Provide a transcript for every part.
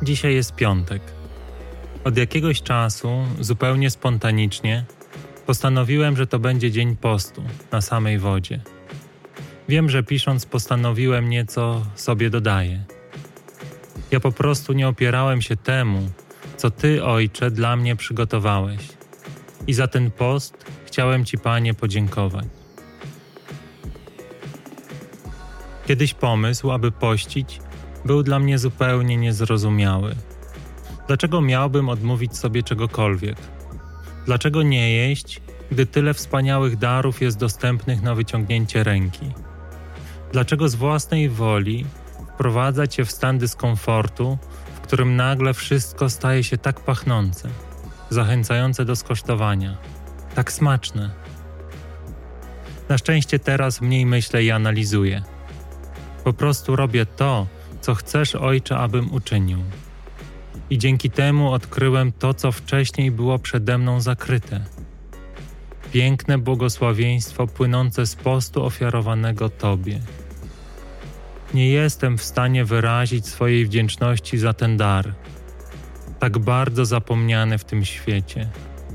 Dzisiaj jest piątek. Od jakiegoś czasu, zupełnie spontanicznie, postanowiłem, że to będzie dzień postu, na samej wodzie. Wiem, że pisząc postanowiłem nieco sobie dodaję. Ja po prostu nie opierałem się temu, co Ty, Ojcze, dla mnie przygotowałeś. I za ten post chciałem Ci, Panie, podziękować. Kiedyś pomysł, aby pościć, był dla mnie zupełnie niezrozumiały. Dlaczego miałbym odmówić sobie czegokolwiek? Dlaczego nie jeść, gdy tyle wspaniałych darów jest dostępnych na wyciągnięcie ręki? Dlaczego z własnej woli wprowadzać się w stan dyskomfortu, w którym nagle wszystko staje się tak pachnące, zachęcające do skosztowania, tak smaczne? Na szczęście teraz mniej myślę i analizuję. Po prostu robię to, co chcesz, Ojcze, abym uczynił. I dzięki temu odkryłem to, co wcześniej było przede mną zakryte. Piękne błogosławieństwo płynące z postu ofiarowanego Tobie. Nie jestem w stanie wyrazić swojej wdzięczności za ten dar, tak bardzo zapomniany w tym świecie.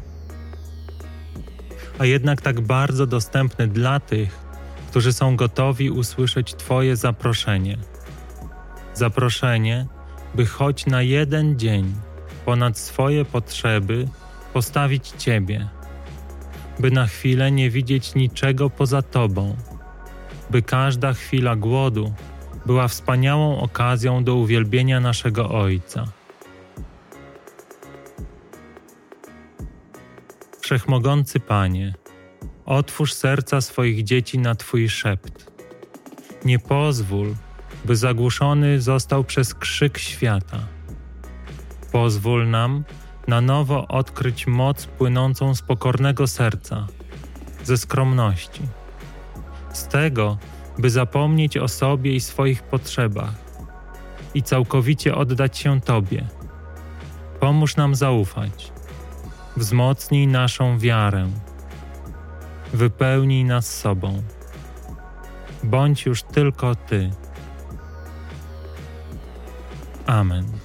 A jednak tak bardzo dostępny dla tych, którzy są gotowi usłyszeć Twoje zaproszenie. Zaproszenie, by choć na jeden dzień ponad swoje potrzeby postawić Ciebie, by na chwilę nie widzieć niczego poza Tobą, by każda chwila głodu była wspaniałą okazją do uwielbienia naszego Ojca. Wszechmogący Panie, otwórz serca swoich dzieci na Twój szept. Nie pozwól, by zagłuszony został przez krzyk świata. Pozwól nam na nowo odkryć moc płynącą z pokornego serca, ze skromności, z tego, by zapomnieć o sobie i swoich potrzebach i całkowicie oddać się Tobie. Pomóż nam zaufać, wzmocnij naszą wiarę, wypełnij nas sobą. Bądź już tylko Ty. Amen.